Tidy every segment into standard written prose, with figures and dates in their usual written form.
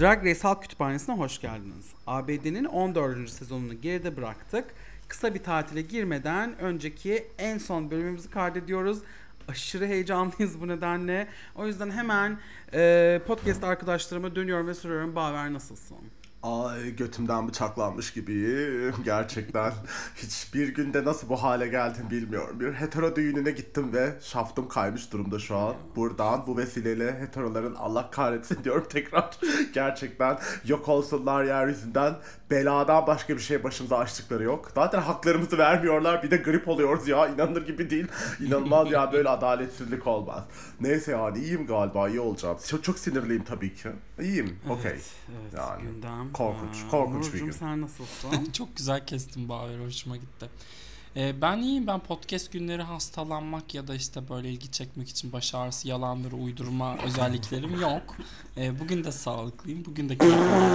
Drag Race Halk Kütüphanesi'ne hoş geldiniz. ABD'nin 14. sezonunu geride bıraktık. Kısa bir tatile girmeden önceki en son bölümümüzü kaydediyoruz. Aşırı heyecanlıyız bu nedenle. O yüzden hemen podcast arkadaşlarıma dönüyorum ve soruyorum. Baver nasılsın? Ay götümden bıçaklanmış gibiyim gerçekten. Hiçbir günde nasıl bu hale geldim bilmiyorum. Bir hetero düğününe gittim ve şaftım kaymış durumda şu an. Buradan bu vesileyle heteroların Allah kahretsin diyorum tekrar. Gerçekten yok olsunlar yeryüzünden. Beladan başka bir şey başımıza açtıkları yok. Zaten haklarımızı vermiyorlar, bir de grip oluyoruz ya, inanılır gibi değil. İnanılmaz ya, böyle adaletsizlik olmaz. Neyse yani iyiyim galiba, iyi olacağım. Çok sinirliyim tabii ki. İyiyim, okey. Evet, Yani gündem. korkunç bir gün. sen nasılsın? Çok güzel kestin Baver, hoşuma gitti. Ben iyiyim. Ben podcast günleri hastalanmak ya da işte böyle ilgi çekmek için baş ağrısı, yalanları uydurma özelliklerim yok. Bugün de sağlıklıyım. Bugün de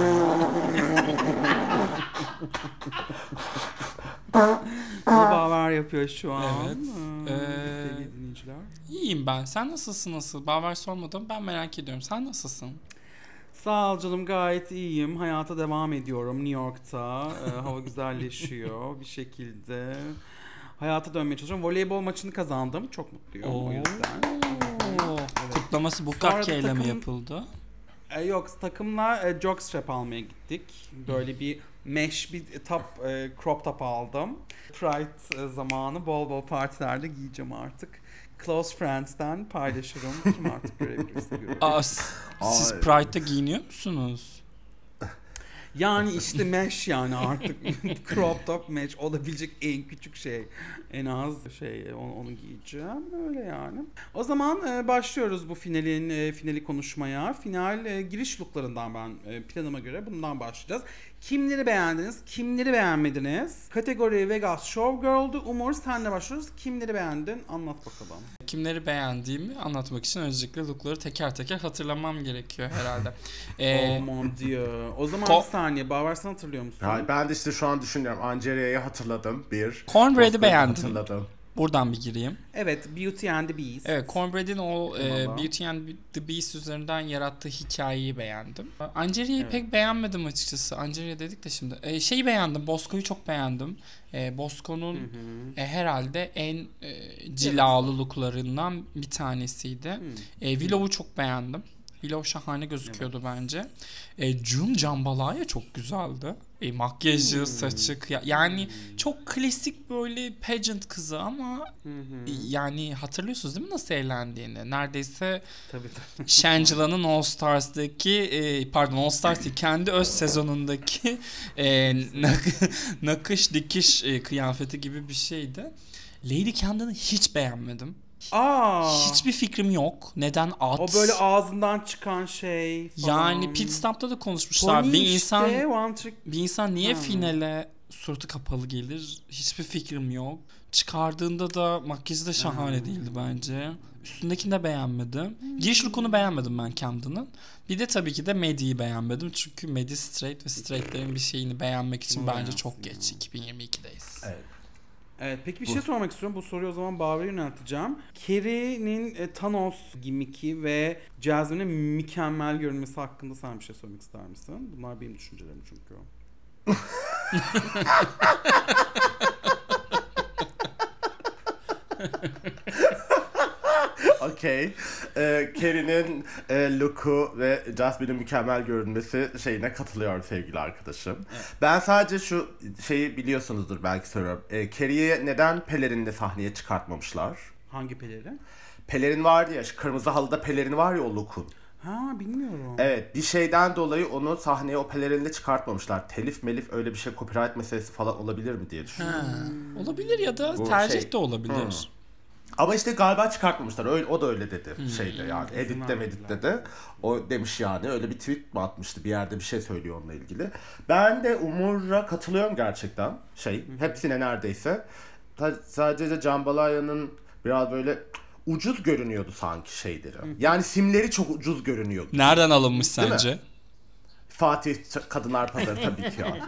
Baver yapıyor şu an. Evet. Sevgili dinleyiciler. İyiyim ben. Sen nasılsın nasıl? Baver sormadım. Ben merak ediyorum. Sen nasılsın? Sağ ol canım, gayet iyiyim. Hayata devam ediyorum New York'ta. Hava güzelleşiyor bir şekilde. Hayata dönmeye çalışıyorum. Voleybol maçını kazandım. Çok mutluyum o yüzden. Evet. Kutlaması bu Sonra da kakkeyle mi yapıldı? Yok, takımla jockstrap almaya gittik. Böyle bir mesh bir crop top aldım. Pride zamanı bol bol partilerde giyeceğim artık. Close Friends'ten paylaşırım. Kim artık görebilirse görebilir. Siz Pride'da giyiniyor musunuz? Yani işte mesh yani artık crop top mesh olabilecek en küçük şey. En az onu giyeceğim. Öyle yani. O zaman başlıyoruz bu finali konuşmaya. Final giriş looklarından ben planıma göre bundan başlayacağız. Kimleri beğendiniz? Kimleri beğenmediniz? Kategori Vegas Showgirl'du. Umur, senle başlıyoruz. Kimleri beğendin? Anlat bakalım. Kimleri beğendiğimi anlatmak için öncelikle lookları teker teker hatırlamam gerekiyor herhalde. Oh mon dieu. O zaman bir saniye. Baver, sen hatırlıyor musun? Yani ben de işte şu an düşünüyorum. Angelia'yı hatırladım. Cornbread'i beğendim. Hatırladım. Buradan bir gireyim. Evet, Beauty and the Beast. Evet, Cornbread'in o Beauty and the Beast üzerinden yarattığı hikayeyi beğendim. Angelia'yı pek beğenmedim açıkçası. Angelia dedik de şimdi. Şeyi beğendim, Bosco'yu çok beğendim. Bosco'nun herhalde en cilalı looklarından bir tanesiydi. Willow'u çok beğendim. Willow şahane gözüküyordu bence. June Jambalaya çok güzeldi. Makyajı, saçı, yani çok klasik böyle pageant kızı ama yani hatırlıyorsunuz değil mi nasıl eğlendiğini? Neredeyse Shangila'nın All Stars'daki All Stars değil, kendi öz sezonundaki nakış dikiş kıyafeti gibi bir şeydi. Lady Camden'ı hiç beğenmedim. Hiçbir fikrim yok. Neden at? O böyle ağzından çıkan şey falan. Yani pit stop'ta da konuşmuşlar. Pony Bir insan niye finale suratı kapalı gelir? Hiçbir fikrim yok. Çıkardığında da makyajı da şahane değildi bence. Üstündekini de beğenmedim. Giriş look'unu beğenmedim ben Camden'ın. Bir de tabii ki de Maddie'yi beğenmedim. Çünkü Maddie straight ve straight'lerin bir şeyini beğenmek için bence çok geç. 2022'deyiz. Evet. Evet, peki bir şey sormak istiyorum. Bu soruyu o zaman Baver'e yönelteceğim. Carrie'nin Thanos gimmick'i ve Jasmine'in mükemmel görünmesi hakkında sen bir şey söylemek ister misin? Bunlar benim düşüncelerim çünkü. Okey. Carrie'nin look'u ve Jasmine'in mükemmel görünmesi şeyine katılıyorum sevgili arkadaşım. Evet. Ben sadece şu şeyi biliyorsunuzdur belki soruyorum. Carrie'yi neden pelerinle sahneye çıkartmamışlar? Hangi pelerin? Pelerin vardı ya, şu kırmızı halıda pelerin var ya o look'un. Bilmiyorum. Evet, bir şeyden dolayı onu sahneye o pelerinle çıkartmamışlar. Telif melif öyle bir şey, copyright meselesi falan olabilir mi diye düşünüyorum. Olabilir ya da tercih de olabilir. Ama işte galiba çıkartmamışlar. O da öyle dedi şeyde yani. Editte de. O demiş yani. Öyle bir tweet mi atmıştı? Bir yerde bir şey söylüyor onunla ilgili. Ben de Umur'a katılıyorum gerçekten. Hepsine neredeyse. Sadece Jambalaya'nın biraz böyle ucuz görünüyordu sanki şeyleri. Yani simleri çok ucuz görünüyordu. Nereden alınmış sence? Fatih Kadınlar Pazarı tabii ki yani.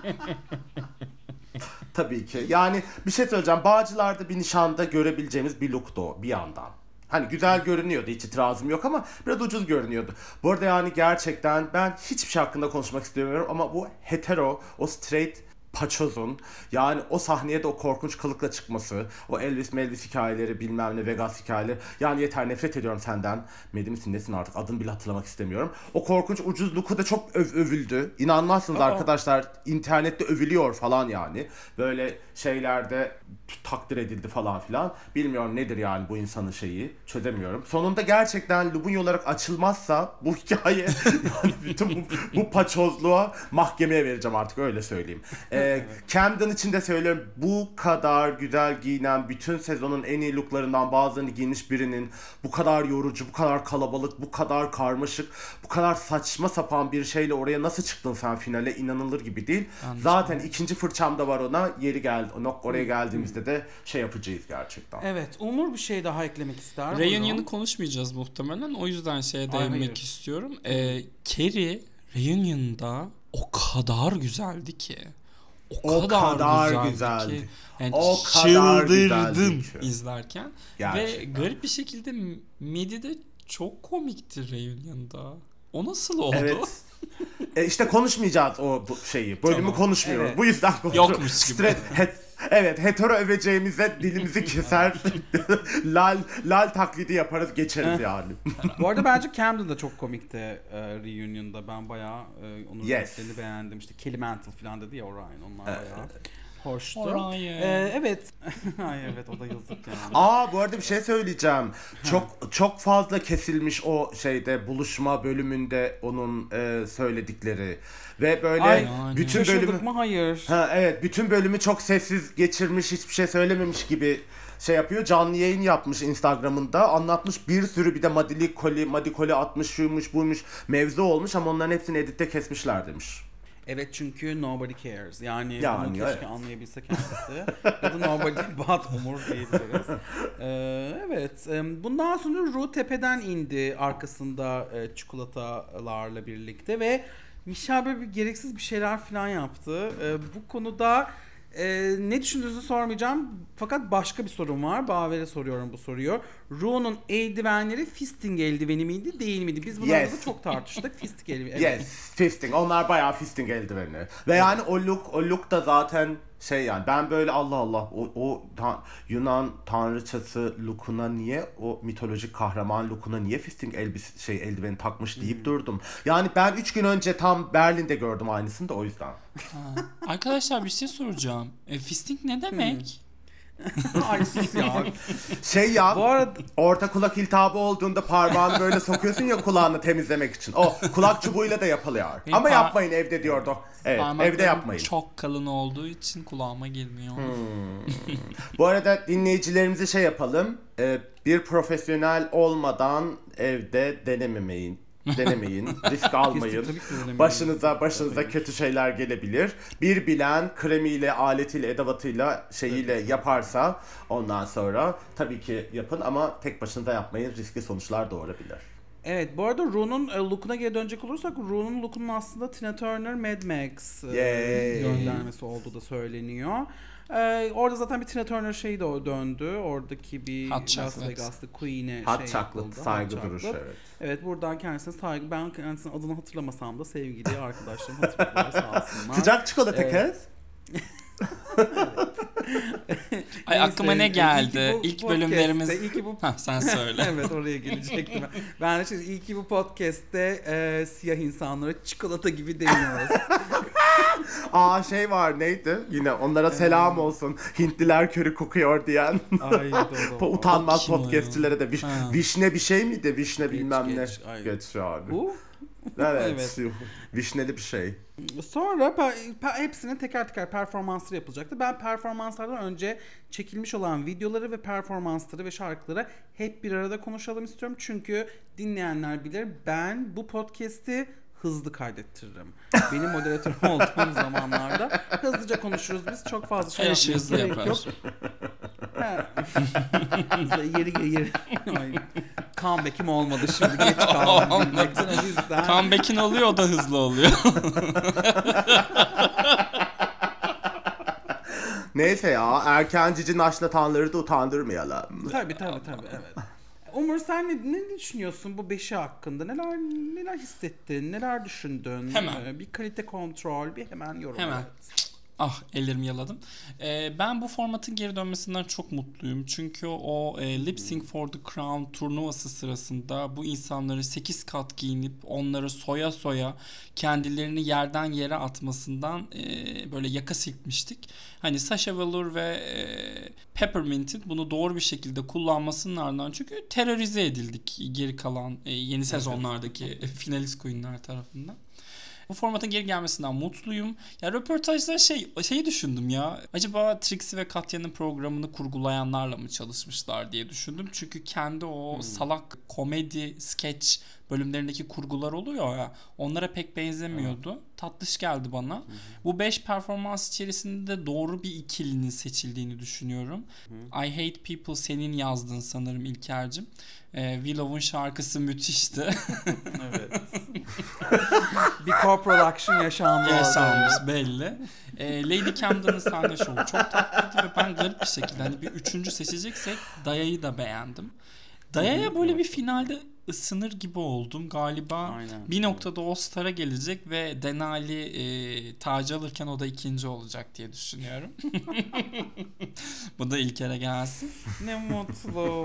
Tabii ki. Yani bir şey söyleyeceğim. Bağcılar'da bir nişanda görebileceğimiz bir look'tu o bir yandan. Hani güzel görünüyordu, hiç itirazım yok ama biraz ucuz görünüyordu. Bu arada yani gerçekten ben hiçbir şey hakkında konuşmak istemiyorum ama bu hetero, o straight paçozun yani o sahneye de o korkunç kılıkla çıkması, o Elvis hikayeleri, bilmem ne Vegas hikayeleri, yani yeter, nefret ediyorum senden. Medi misin nesin artık, adını bile hatırlamak istemiyorum. O korkunç ucuz look'u da çok övüldü. İnanmazsınız arkadaşlar, internette övülüyor falan yani. Böyle şeylerde takdir edildi falan filan. Bilmiyorum nedir yani bu insanın şeyi, çözemiyorum. Sonunda gerçekten Lubunya olarak açılmazsa bu hikaye yani bütün bu paçozluğa mahkemeye vereceğim artık, öyle söyleyeyim. Camden için de söylüyorum, bu kadar güzel giyinen, bütün sezonun en iyi looklarından bazılarını giymiş birinin bu kadar yorucu, bu kadar kalabalık, bu kadar karmaşık, bu kadar saçma sapan bir şeyle oraya nasıl çıktın sen finale, inanılır gibi değil. Anladım. Zaten ikinci fırçam da var ona, yeri geldi. Oraya geldiğimizde de şey yapacağız gerçekten. Evet, Umur bir şey daha eklemek ister. Reunion'ı konuşmayacağız muhtemelen. O yüzden şeye değinmek hayır. istiyorum. Carrie Reunion'da o kadar güzeldi ki. O kadar güzeldi. ki. Yani O kadar çıldırdım güzeldi ki. izlerken. Gerçekten. Ve garip bir şekilde Medi de çok komikti Reunion'da. O nasıl oldu? Evet. İşte konuşmayacağız o şeyi. Bölümü Tamam. konuşmuyoruz. Evet. Bu yüzden konuşuyoruz. Yokmuş gibi. Evet, hetero öveceğimize dilimizi keser. lal taklidi yaparız, geçeriz yani. Bu arada bence Camden da çok komikti Reunion'da. Ben bayağı onun Yes. repliklerini beğendim. İşte Kelly Mantle falan dedi ya Orion. Onlar bayağı hoştu. Orion. Evet. Ay evet, o da yazık yani. Bu arada bir şey söyleyeceğim. Çok fazla kesilmiş o şeyde, buluşma bölümünde onun söyledikleri ve böyle Ay, bütün bölümü Şaşırdık mı? Hayır. evet, bütün bölümü çok sessiz geçirmiş, hiçbir şey söylememiş gibi şey yapıyor. Canlı yayın yapmış Instagram'ında. Anlatmış bir sürü, bir de Madikoli atmış, şuymuş buymuş mevzu olmuş ama onların hepsini editte kesmişler demiş. Evet, çünkü nobody cares. Yani bunu keşke evet. anlayabilse kendisi. Ya da nobody but Umur diyebiliriz. Evet. Bundan sonra Ru tepeden indi arkasında çikolatalarla birlikte ve Michelle böyle bir gereksiz bir şeyler falan yaptı. Bu konuda ne düşündüğünüzü sormayacağım. Fakat başka bir sorum var. Baver'e soruyorum bu soruyu. Ru'nun eldivenleri fisting eldiveni miydi, değil miydi? Biz bunlarla Yes. da çok tartıştık. Fisting eldiveni. Evet. Yes, fisting. Onlar bayağı fisting eldiveni. Ve yani o look da zaten şey, yani ben böyle Allah Allah Yunan tanrıçası look'una niye, o mitolojik kahraman look'una niye fisting eldiveni takmış deyip durdum. Yani ben 3 gün önce tam Berlin'de gördüm aynısını da, o yüzden. Arkadaşlar bir şey soracağım. Fisting ne demek? Ay sus ya. Şey ya, Bu arada orta kulak iltihabı olduğunda parmağını böyle sokuyorsun ya kulağını temizlemek için. O kulak çubuğuyla da yapılıyor. Benim Ama yapmayın evde diyordu. Evet, evde parmaklarım yapmayın. çok kalın olduğu için kulağıma girmiyor. Bu arada dinleyicilerimize şey yapalım. Bir profesyonel olmadan evde denemeyin. Risk almayın. Tabii ki denemeyin. Başınıza kötü şeyler gelebilir. Bir bilen kremiyle, aletiyle, edevatıyla, şeyiyle yaparsa ondan sonra tabii ki yapın ama tek başınıza yapmayın. Riskli sonuçlar doğurabilir. evet, bu arada Ru'nun look'una geri dönecek olursak, Ru'nun look'unun aslında Tina Turner Mad Max Yay. göndermesi olduğu da söyleniyor. Orada zaten bir Tina Turner şeyi de döndü. Oradaki bir Hot Las Chocolate. Vegas'ta Queen'e Hot şey chocolate, yapıldı. saygı Hot duruşu, chocolate. evet. Evet, buradan kendisine saygı. Ben kendisinin adını hatırlamasam da sevgili arkadaşlarım hatırlıyorlar, sağ olsunlar. Sıcak çikolata Evet. kız. Ay Neyse, aklıma ne iyi ki geldi? bu İlk podcast'te, bölümlerimiz... iyi ki bu Sen söyle. evet, oraya gelecektim. Ben de iyi ki bu podcast'te siyah insanlara çikolata gibi deniyoruz. Şey var, neydi? Yine onlara selam olsun. Hintliler körü kokuyor diyen. Ay doğru. Utanmaz Kim o ya? podcastçilere de. Ha. Vişne bir şey miydi? Vişne bilmem geç, ne. ay. Geç abi. Bu. Evet. Vişneli bir şey. Sonra hepsinin teker teker performansları yapılacaktı. Ben performanslardan önce çekilmiş olan videoları ve performansları ve şarkıları hep bir arada konuşalım istiyorum. Çünkü dinleyenler bilir, ben bu podcast'i hızlı kaydettiririm. Benim moderatörüm olduğum zamanlarda hızlıca konuşuruz biz. Çok fazla şey Her şey yapmaya hızlı gerek yapar. yok. Yeri. Ay, comeback'im olmadı şimdi. Geç kaldım gülmekten, o yüzden. Comeback'in oluyor, o da hızlı oluyor. Neyse ya, erken cici naşlatanları da utandırmayalım. Tabii evet. Umur sen ne düşünüyorsun bu 5'i hakkında? Neler hissettin? Neler düşündün? Hemen. Bir kalite kontrol, bir hemen yorum. Hemen. Evet. Ah, ellerimi yaladım. Ben bu formatın geri dönmesinden çok mutluyum. Çünkü o Lip Sync for the Crown turnuvası sırasında bu insanları 8 kat giyinip onları soya soya kendilerini yerden yere atmasından böyle yaka silkmiştik. Hani Sasha Velour ve Peppermint'in bunu doğru bir şekilde kullanmasının ardından, çünkü terörize edildik geri kalan yeni sezonlardaki finalist queenler tarafından. Bu formatın geri gelmesinden mutluyum. Ya röportajda şeyi düşündüm ya. Acaba Trixie ve Katya'nın programını kurgulayanlarla mı çalışmışlar diye düşündüm. Çünkü kendi o salak komedi, sketch bölümlerindeki kurgular oluyor ya. Onlara pek benzemiyordu. Tatlış geldi bana. Bu 5 performans içerisinde de doğru bir ikilinin seçildiğini düşünüyorum. I Hate People senin yazdın sanırım İlker'cim. Willow'un şarkısı müthişti. Evet. Bir co-production yaşandı. Yaşanmış belli. Lady Camden'ın sahne şovu çok tatlıydı ve ben garip bir şekilde hani bir üçüncü seçeceksek Daya'yı da beğendim. Daya'ya böyle bir finalde ısınır gibi oldum. Galiba Aynen. bir noktada o Star'a gelecek ve Denali tacı alırken o da ikinci olacak diye düşünüyorum. Bu da İlker'e gelsin. Ne mutlu.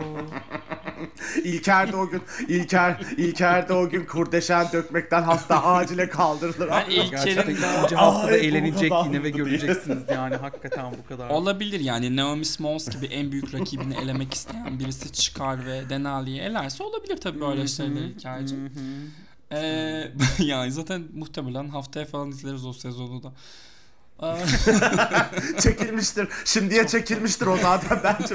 İlker de o gün kurdeşen dökmekten hasta acile kaldırılır. Ben İlker'in Gerçekten ikinci haftada Ay, bu eğlenecek kadar yine ve mutlu göreceksiniz yani hakikaten bu kadar. olabilir yani Naomi Smalls gibi en büyük rakibini elemek isteyen birisi çıkar ve Denali'yi elerse olabilir tabii böyle şeyler İlker'cim. Yani zaten muhtemelen haftaya falan izleriz o sezonu da. Çekilmiştir. Şimdiye çekilmiştir o zaten bence.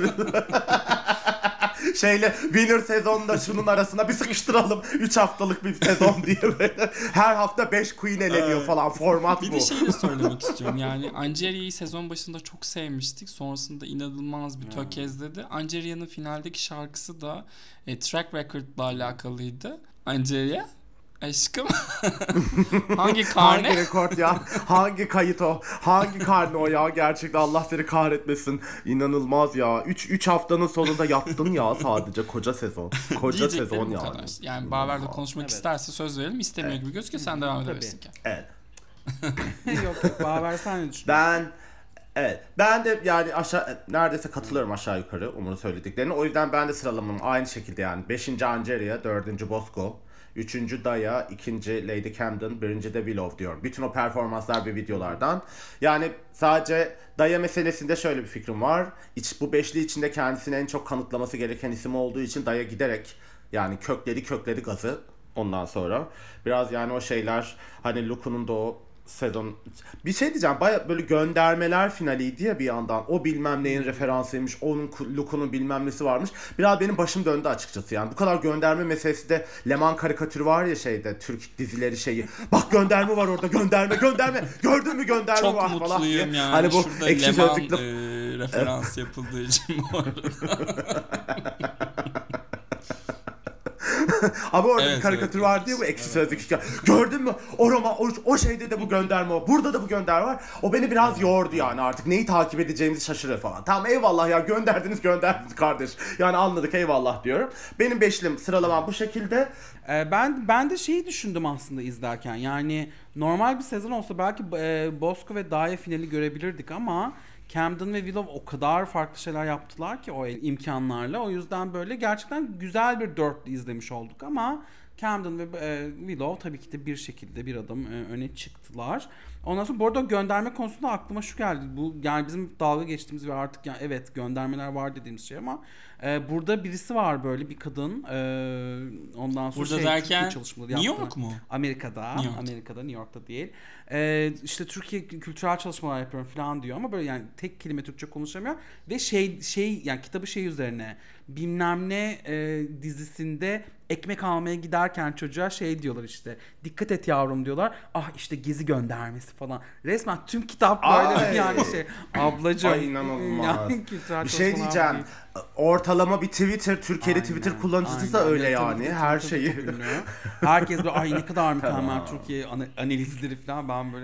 Winner sezonunda şunun arasına bir sıkıştıralım. 3 haftalık bir sezon diye böyle. Her hafta 5 queen eleniyor falan. Format Bir bu. de şeyi de söylemek istiyorum. Yani Angeria'yı sezon başında çok sevmiştik. Sonrasında inanılmaz bir tökezledi. Angeria'nın finaldeki şarkısı da track record'la alakalıydı. Angeria, aşkım. Hangi karne? Hangi rekord ya? Hangi kayıt o? Hangi karne o ya? Gerçekten Allah seni kahretmesin. İnanılmaz ya. 3 haftanın sonunda yattın ya sadece koca sezon. Koca Diyeceklerim sezon bu yani. kadar. Yani Baver de konuşmak Evet. isterse söz verelim. İstemiyor gibi gözüküyor. Sen devam edebilirsin ki. Evet. Yok Baver sen ne düşünüyorsun? Ben de yani neredeyse katılıyorum aşağı yukarı Umur'un söylediklerine. O yüzden ben de sıralamam aynı şekilde yani. 5. Angeria, 4. Bosco, 3. Daya, 2. Lady Camden, 1. de Willow diyorum. Bütün o performanslar ve videolardan. Yani sadece Daya meselesinde şöyle bir fikrim var. Bu beşli içinde kendisini en çok kanıtlaması gereken isim olduğu için Daya giderek yani kökledi gazı ondan sonra. Biraz yani o şeyler hani Luke'un da o sezon bir şey diyeceğim baya böyle göndermeler finaliydi ya bir yandan o bilmem neyin referansıymış onun Luke'un bilmem nesi varmış biraz benim başım döndü açıkçası yani bu kadar gönderme meselesi de Leman karikatürü var ya şeyde Türk dizileri şeyi bak gönderme var orada gönderme gördün mü gönderme Çok var falan mutluyum yani. hani bu Şurada ekşi Leman sözlükle referans yapıldığı için bu arada. Ama orada Evet, bir karikatür evet, vardı ya bu ekşi sözlük. Gördün mü? O roman, o şeyde de bu gönderme var. Burada da bu gönderme var. O beni biraz yordu yani artık. Neyi takip edeceğimizi şaşırıyor falan. Tamam eyvallah ya gönderdiniz kardeş. Yani anladık eyvallah diyorum. Benim beşlim sıralamam bu şekilde. Ben de şeyi düşündüm aslında izlerken. Yani normal bir sezon olsa belki Bosco ve Daya finali görebilirdik ama Camden ve Willow o kadar farklı şeyler yaptılar ki o imkanlarla. O yüzden böyle gerçekten güzel bir dörtlü izlemiş olduk ama Camden ve Willow tabii ki de bir şekilde bir adım öne çıktılar. Ondan sonra bu arada gönderme konusunda aklıma şu geldi. Bu yani bizim dalga geçtiğimiz ve artık yani evet göndermeler var dediğimiz şey ama burada birisi var böyle bir kadın. Ondan sonra Burada derken Türkiye çalışmaları New yaptı. York mu? Amerika'da. New York'ta değil. İşte Türkiye kültürel çalışmalar yapıyorum falan diyor ama böyle yani tek kelime Türkçe konuşamıyor ve şey yani kitabı şey üzerine bilmem ne dizisinde ekmek almaya giderken çocuğa şey diyorlar işte dikkat et yavrum diyorlar. Ah işte gezi göndermesi falan. Resmen tüm kitap böyle yani şey ablacığım. Ay inanılmaz. Yani bir şey diyeceğim. Değil. Ortalama bir Türkiye'de Twitter kullanıcısı da öyle yani. Her şeyi. Herkes böyle ay ne kadar mükemmel Türkiye analizleri falan ben böyle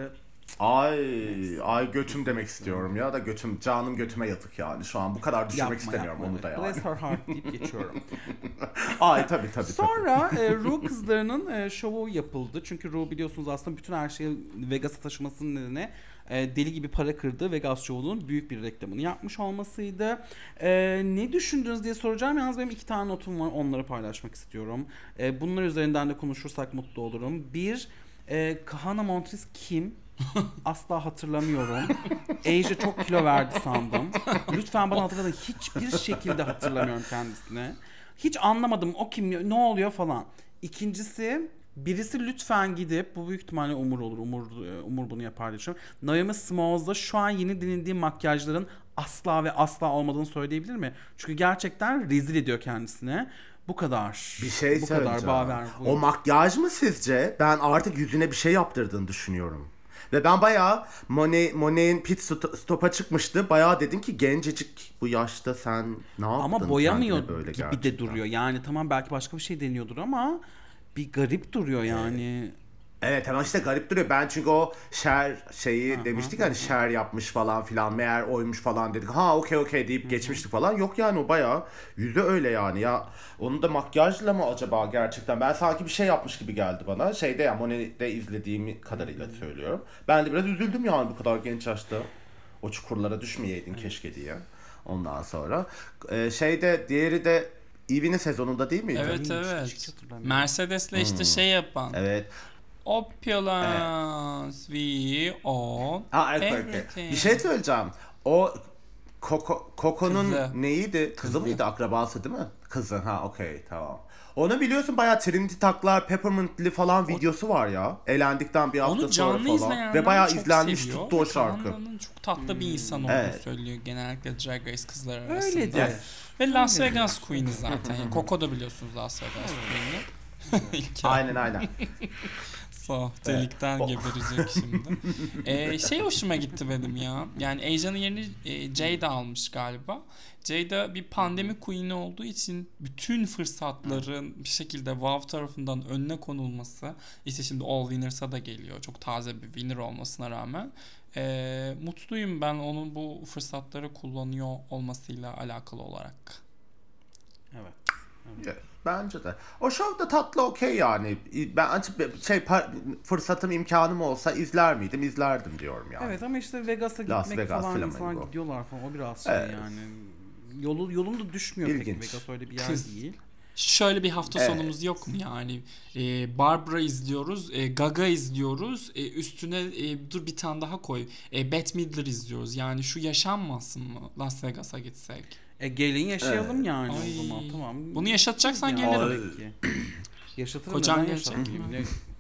Ay götüm demek istiyorum ya da götüm, canım götüme yatık yani. Şu an bu kadar düşürmek istemiyorum onu da yani. Bless her heart deyip geçiyorum. Ay tabii. Sonra Ru kızlarının şovu yapıldı. Çünkü Ru biliyorsunuz aslında bütün her şeyi Vegas'a taşımasının nedeni deli gibi para kırdı. Vegas şovunun büyük bir reklamını yapmış olmasıydı. Ne düşündünüz diye soracağım. Yalnız benim 2 tane notum var. Onları paylaşmak istiyorum. Bunlar üzerinden de konuşursak mutlu olurum. Bir, Kahana Montrese kim? Asla hatırlamıyorum. Asia çok kilo verdi sandım. Lütfen bana hatırlatın. Hiçbir şekilde hatırlamıyorum kendisini. Hiç anlamadım. O kim? Ne oluyor falan. İkincisi, birisi lütfen gidip, bu büyük ihtimalle Umur olur. Umur bunu yapar diye düşünüyorum. Naomi Smalls'da şu an yeni denildiği makyajların asla ve asla olmadığını söyleyebilir mi? Çünkü gerçekten rezil ediyor kendisine. Bu kadar. Bir şey bu söyleyeceğim. kadar Baver. O makyaj mı sizce? Ben artık yüzüne bir şey yaptırdığını düşünüyorum. Ve ben bayağı Monet'in pit stop'a çıkmıştı. Bayağı dedim ki gencecik bu yaşta sen ne yaptın? Ama boyamıyor böyle gibi gerçekten de duruyor. Yani tamam belki başka bir şey deniyordur ama bir garip duruyor yani. Evet ama işte garip duruyor. Ben çünkü o Cher şeyi demiştik hani Cher yapmış falan filan. Meğer oymuş falan dedik. Ha okey deyip geçmiştik falan. Yok yani o bayağı yüzü öyle yani. Ya onu da makyajla mı acaba gerçekten? Ben sanki bir şey yapmış gibi geldi bana. Şeyde ya Monet'te izlediğim kadarıyla söylüyorum. Ben de biraz üzüldüm yani bu kadar genç yaşta. O çukurlara düşmeyeydin keşke diye. Ondan sonra. Diğeri de Eve'nin sezonunda değil miydi? Evet. Mercedes'le işte şey yapan. Evet. Opulence we own Evet. everything. Bir şey söyleyeceğim. O Coco'nun Kızı. neydi? Kızı mıydı? Akrabası değil mi? Kızı. Ha okey tamam. Onu biliyorsun bayağı Trinity taklar, Peppermint'li falan videosu var ya. Elendikten bir hafta Onu sonra canlı falan. izleyenler Ve bayağı çok izlenmiş seviyor. tuttu o şarkı. Kahana'nın çok tatlı bir insan olduğunu Evet. söylüyor genellikle Drag Race kızları arasında. Öyledir. Evet. Ve Las Vegas Queen'i zaten. Yani Coco da biliyorsunuz Las Vegas Queen'i. Aynen. Sahtelikten geberecek şimdi. Şey hoşuma gitti benim ya. Yani Asia'nın yerini Jada almış galiba. Jada bir pandemi queen'i olduğu için bütün fırsatların bir şekilde WoW tarafından önüne konulması. İşte şimdi All Winners'a da geliyor. Çok taze bir winner olmasına rağmen. Mutluyum ben onun bu fırsatları kullanıyor olmasıyla alakalı olarak. Evet. Bence de. O show da tatlı okey yani. Ben fırsatım imkanım olsa izler miydim? İzlerdim diyorum yani. Evet ama işte Vegas'a Las gitmek Vegas, falan Flamingo. insanlar gidiyorlar falan. O biraz şey Evet. yani. Yolunda düşmüyor İlginç. pek. Vegas öyle bir yer Kız. değil. Şöyle bir hafta sonumuz yok mu yani? Barbara izliyoruz, Gaga izliyoruz, üstüne dur bir tane daha koy. Bette Midler izliyoruz. Yani şu yaşanmasın mı Las Vegas'a gitsek? Gelin yaşayalım yani Ay. o zaman tamam. Bunu yaşatacaksan Yani gelirim. demek ki. Yaşatırım. Kocam neden gelecek yaşatmayayım?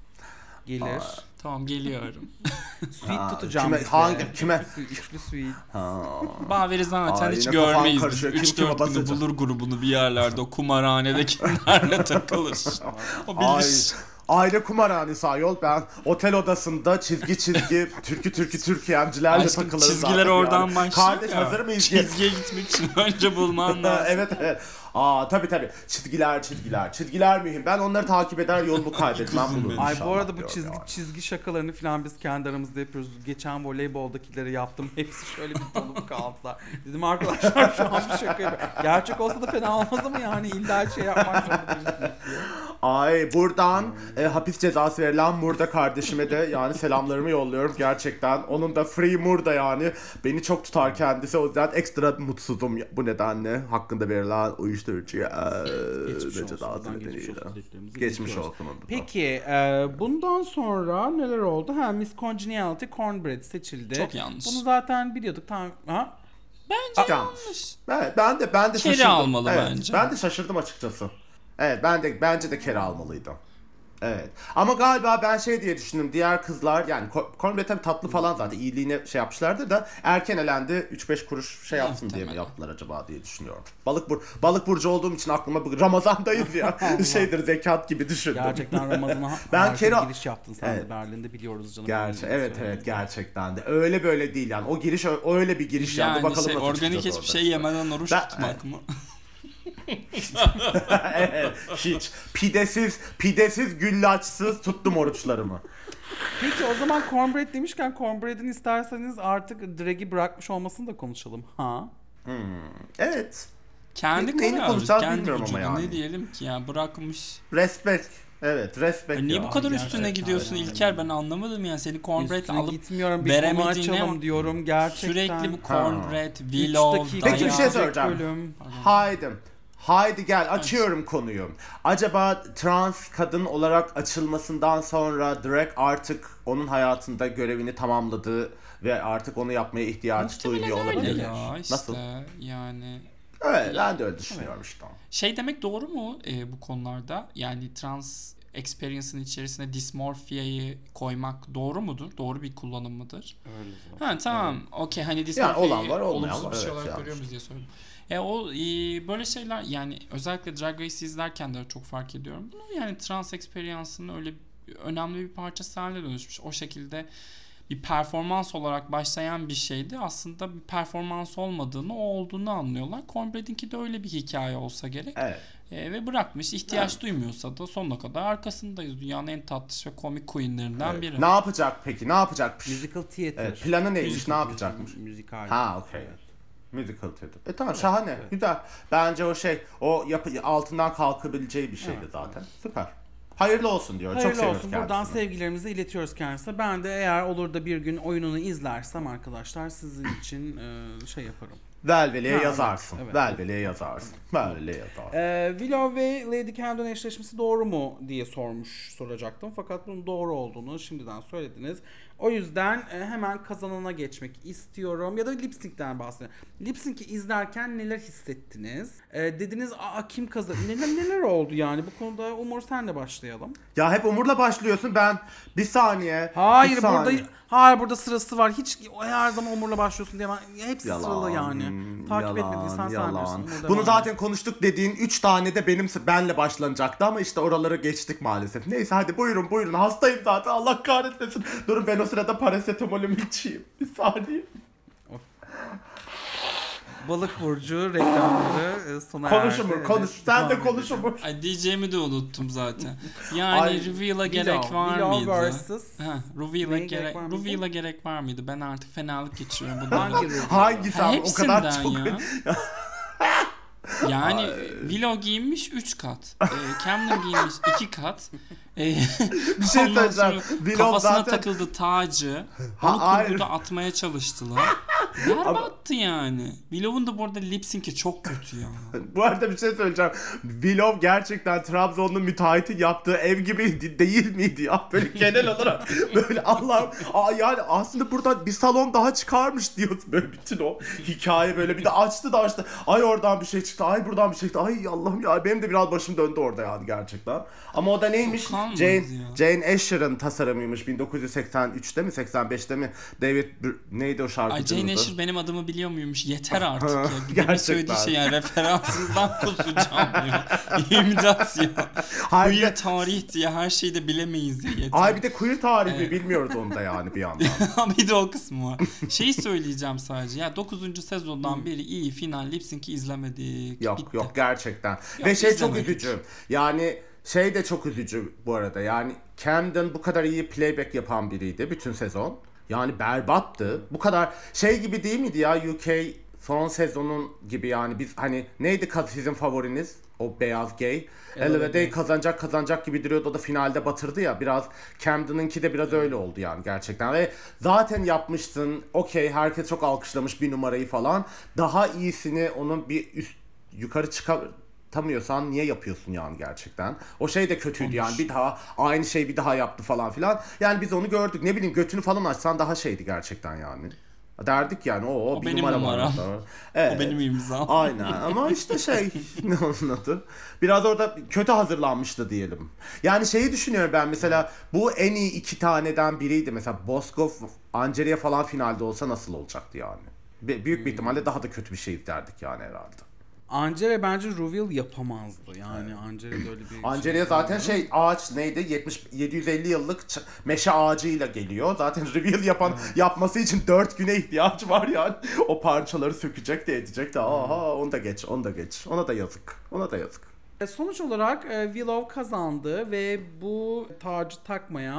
Gelir. Tamam geliyorum. Sweet tutacağım kime- bize. kime? Üçlü sweet. Baver'i zaten hiç yine kafan görmeyiz. karışıyor. Kim 3-4 kime günü basacak? bulur grubunu bir yerlerde o kumarhanede kimlerle takılır. O Ay, bilir. aile kumarhanesi ayol. Ben otel odasında çizgi Türkiye'mcilerle Aşkım takılırım çizgiler zaten oradan yani. başlıyor. Kardeş ya. hazır mıyız? Çizgiye gitmek için önce bulman lazım. Evet. Tabii. Çizgiler mühim. Ben onları takip eder yolumu kaybetmem bunu. Ay bu inşallah arada bu diyorum yani. çizgi şakalarını falan biz kendi aramızda yapıyoruz. Geçen voleyboldakileri yaptım. Hepsi şöyle bir donup kaldılar. Dedim arkadaşlar şu an bir şaka yapıyor. Gerçek olsa da fena olmaz ama yani illa şey yapmak zorunda değilsiniz diye. Ay buradan hapis cezası verilen Murda kardeşime de yani selamlarımı yolluyorum gerçekten. Onun da Free Murda yani beni çok tutar kendisi. O yüzden ekstra mutsuzum bu nedenle hakkında verilen uyuşturucuya Geçmiş olsun. cezası Buradan geçmiş nedeniyle. olsun dileklerimizi Geçmiş iletiyoruz. olsun. onu da. Peki bundan sonra neler oldu? Miss Congeniality Cornbread seçildi. Çok yanlış. Bunu zaten biliyorduk. Tamam. Ha? Bence Yanlış. yanlış. Evet, ben de Keri şaşırdım. almalı Evet, bence. Ben de şaşırdım açıkçası. Evet bence de kere almalıydı. Evet. Ama galiba ben şey diye düşündüm. Diğer kızlar yani Cornbread tabii tatlı falan zaten iyiliğine şey yapmışlardı da erken elendi 3-5 kuruş şey yapsın diye mi yaptılar acaba diye düşünüyorum. Balık burcu olduğum için aklıma bu Ramazan'dayız ya. Şeydir zekat gibi düşündüm. Gerçekten Ramazan'a Ben harika kere- bir giriş yaptın sen Evet. de Berlin'de biliyoruz canım. Evet gerçekten de. Öyle böyle değil yani. O giriş öyle bir giriş yani. Yani Bakalım şey, nasıl organik çıkacağız hiçbir orada. şey yemeden oruç Ben- tutmak mı? Evet, hiç. Pidesiz güllaçsız tuttum oruçlarımı. Peki o zaman Cornbread demişken Cornbread'in isterseniz artık drag'i bırakmış olmasını da konuşalım. Ha? Evet. Kendi Neyini kararı, konuşacağız kendi bilmiyorum ama vücudu. yani. Ne diyelim ki ya, bırakmış. Respect. Evet, respect. Niye ya. bu kadar gerçekten üstüne gidiyorsun yani. İlker, ben anlamadım yani. Seni cornbread Üstüne alıp gitmiyorum, bir konu veremediğine açalım diyorum gerçekten. sürekli bu cornbread, 3 willow, dakika Peki bir şey dayak. soracağım. bölüm. Haydi gel açıyorum konuyu. Acaba trans kadın olarak açılmasından sonra drag artık onun hayatında görevini tamamladı ve artık onu yapmaya ihtiyaç duymuyor Muhtemelen olabilir öyle mi? ya işte. Nasıl? Yani Evet, ben de öyle düşünüyorum işte. şey demek doğru mu bu konularda? Yani trans experience'ın içerisine dismorfia'yı koymak doğru mudur? Doğru bir kullanım mıdır? Öyle zaten. Ha tamam. Okey, hani Yani dismorfia'yı olan var, olmayan olumsuz var. bir şey Evet, olarak yani. görüyor muyuz diye sordum. Böyle şeyler yani özellikle Drag Race izlerken de çok fark ediyorum. Bunu yani trans experience'ın öyle önemli bir parçası haline dönüşmüş. O şekilde bir performans olarak başlayan bir şeydi. Aslında bir performans olmadığını, o olduğunu anlıyorlar. Cornbread'inki de öyle bir hikaye olsa gerek. Evet. Ve bırakmış. İhtiyaç duymuyorsa da sonuna kadar arkasındayız. Dünyanın en tatlış ve komik queenlerinden Evet. biri. Ne yapacak peki? Ne yapacakmış? Musical theater. Evet, planı neymiş? Ne yapacakmış? Müzikal. Ha, okey. Evet. Musical theater. Tamam, şahane. Güzel. Bence o altından kalkabileceği bir şeydi zaten. Süper. Hayırlı olsun diyor. Çok Hayırlı seviyoruz olsun. Buradan kendisini. sevgilerimizi iletiyoruz kendisine. Ben de eğer olur da bir gün oyununu izlersem arkadaşlar sizin için şey yaparım. Velveli'ye Ha, yazarsın. evet. Velveli'ye yazarsın. Velveli'ye yazarsın. Willow ve Lady Camden eşleşmesi doğru mu diye soracaktım. Fakat bunun doğru olduğunu şimdiden söylediniz. O yüzden hemen kazanana geçmek istiyorum. Ya da lip sync'ten bahsedelim. Lip sync'i izlerken neler hissettiniz? Dediniz kim kazandı? Neler oldu yani? Bu konuda Umur senle başlayalım. Ya hep Umur'la başlıyorsun. Ben bir saniye. Hayır bir saniye. burada sırası var. Hiç her zaman Umur'la başlıyorsun diye. Hepsi sıralı yani. Takip etmediysen sen bilirsin. Umur Bunu devam zaten konuştuk dediğin 3 tane de benle başlanacaktı ama işte oraları geçtik maalesef. Neyse hadi buyurun. Hastayım zaten. Allah kahretmesin. Durun ben o sırada parasetamolümü içeyim. Bir saniye. Balık burcu reklamları sona Konuş erdi. Umur, Evet, konuş. Sen de devam konuş edelim. Umur. Ay, diyeceğimi de unuttum zaten. Yani Ay, reveal'a gerek var Willow mıydı? versus Reveal'a neye gerek var mıydı? Reveal'a gerek var mıydı? Ben artık fenalık geçiriyorum bundan. Hangi reveal? Hangisi abi? O kadar Hepsinden çok. ya. Yani Willow giyinmiş 3 kat. Camden giyinmiş 2 kat. Bir şey ondan sonra söyleyeceğim. Willow kafasına zaten- takıldı tacı. Ha, Onu hayır. kurguda atmaya çalıştılar. Berbattı yani. Willow'un da bu arada lip sync'i çok kötü ya. Bu arada bir şey söyleyeceğim. Willow gerçekten Trabzonlu müteahhitin yaptığı ev gibi değil miydi ya? Böyle genel olarak böyle Allah'ım. Yani aslında buradan bir salon daha çıkarmış diyorsun böyle bütün o hikaye böyle bir de açtı. Ay oradan bir şey çıktı. Ay buradan bir şey çıktı. Ay Allah'ım ya benim de biraz başım döndü orada yani gerçekten. Ama o da neymiş? Kalmadı Jane Asher'ın tasarımıymış 1983'te mi 85'te mi? Neydi o Ay, şarkıcının Jane adı? Asher benim adımı biliyor muymuş? Yeter artık ya. Bir Gerçekten. de söylediği şey yani referansından kusacağım ya. İmdat ya. Hayır, Queer bir de- tarih diye her şeyi de bilemeyiz ya. Yeter. Ay bir de queer tarihi bilmiyoruz onu da yani bir yandan. Bir de o kısmı var. Şeyi söyleyeceğim sadece. Ya 9. sezondan beri iyi final lip sync'i izlemedik. Yok Bitti. yok gerçekten. Ve şey çok izlemedik. üzücü. Yani şey de çok üzücü bu arada. Yani Camden bu kadar iyi playback yapan biriydi bütün sezon. Yani berbattı. Bu kadar şey gibi değil miydi ya UK son sezonun gibi yani biz hani neydi sizin favoriniz? O beyaz gay. Elveda kazanacak gibi duruyordu. O da finalde batırdı ya. Biraz Camden'ınki de biraz öyle oldu yani gerçekten. Ve zaten yapmışsın. Okey herkes çok alkışlamış bir numarayı falan. Daha iyisini onun bir yukarı çıkartamıyorsan niye yapıyorsun yani gerçekten? O şey de kötüydü yani bir daha aynı şeyi bir daha yaptı falan filan. Yani biz onu gördük. Ne bileyim götünü falan açsan daha şeydi gerçekten yani. Derdik yani o bir benim numara numaram. var orada. Evet. O benim imzam. Aynen ama işte şey ne onun adı? Biraz orada kötü hazırlanmıştı diyelim. Yani şeyi düşünüyorum ben mesela bu en iyi 2 taneden biriydi. Mesela Bosco, Angelia falan finalde olsa nasıl olacaktı yani? Büyük bir ihtimalle daha da kötü bir şey izlerdik yani herhalde. Angela bence reveal yapamazdı. Yani Angela'da öyle bir Angelia zaten ağaç neydi? 750 yıllık meşe ağacıyla geliyor. Zaten reveal yapması için 4 güne ihtiyaç var yani. O parçaları sökecek de edecek de. Aha onu da geç. Ona da yazık. Sonuç olarak Willow kazandı ve bu tacı takmaya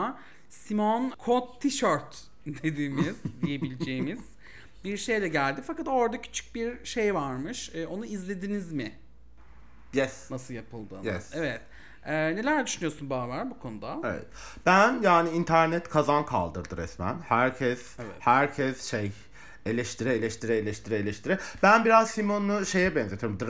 Simon kot tişört diyebileceğimiz bir şeyle geldi. Fakat orada küçük bir şey varmış. Onu izlediniz mi? Yes. Nasıl yapıldığını. Yes. Evet. Neler düşünüyorsun Baver bu konuda? Evet. Ben yani internet kazan kaldırdı resmen. Herkes eleştire. Ben biraz Simon'u şeye benzetiyorum.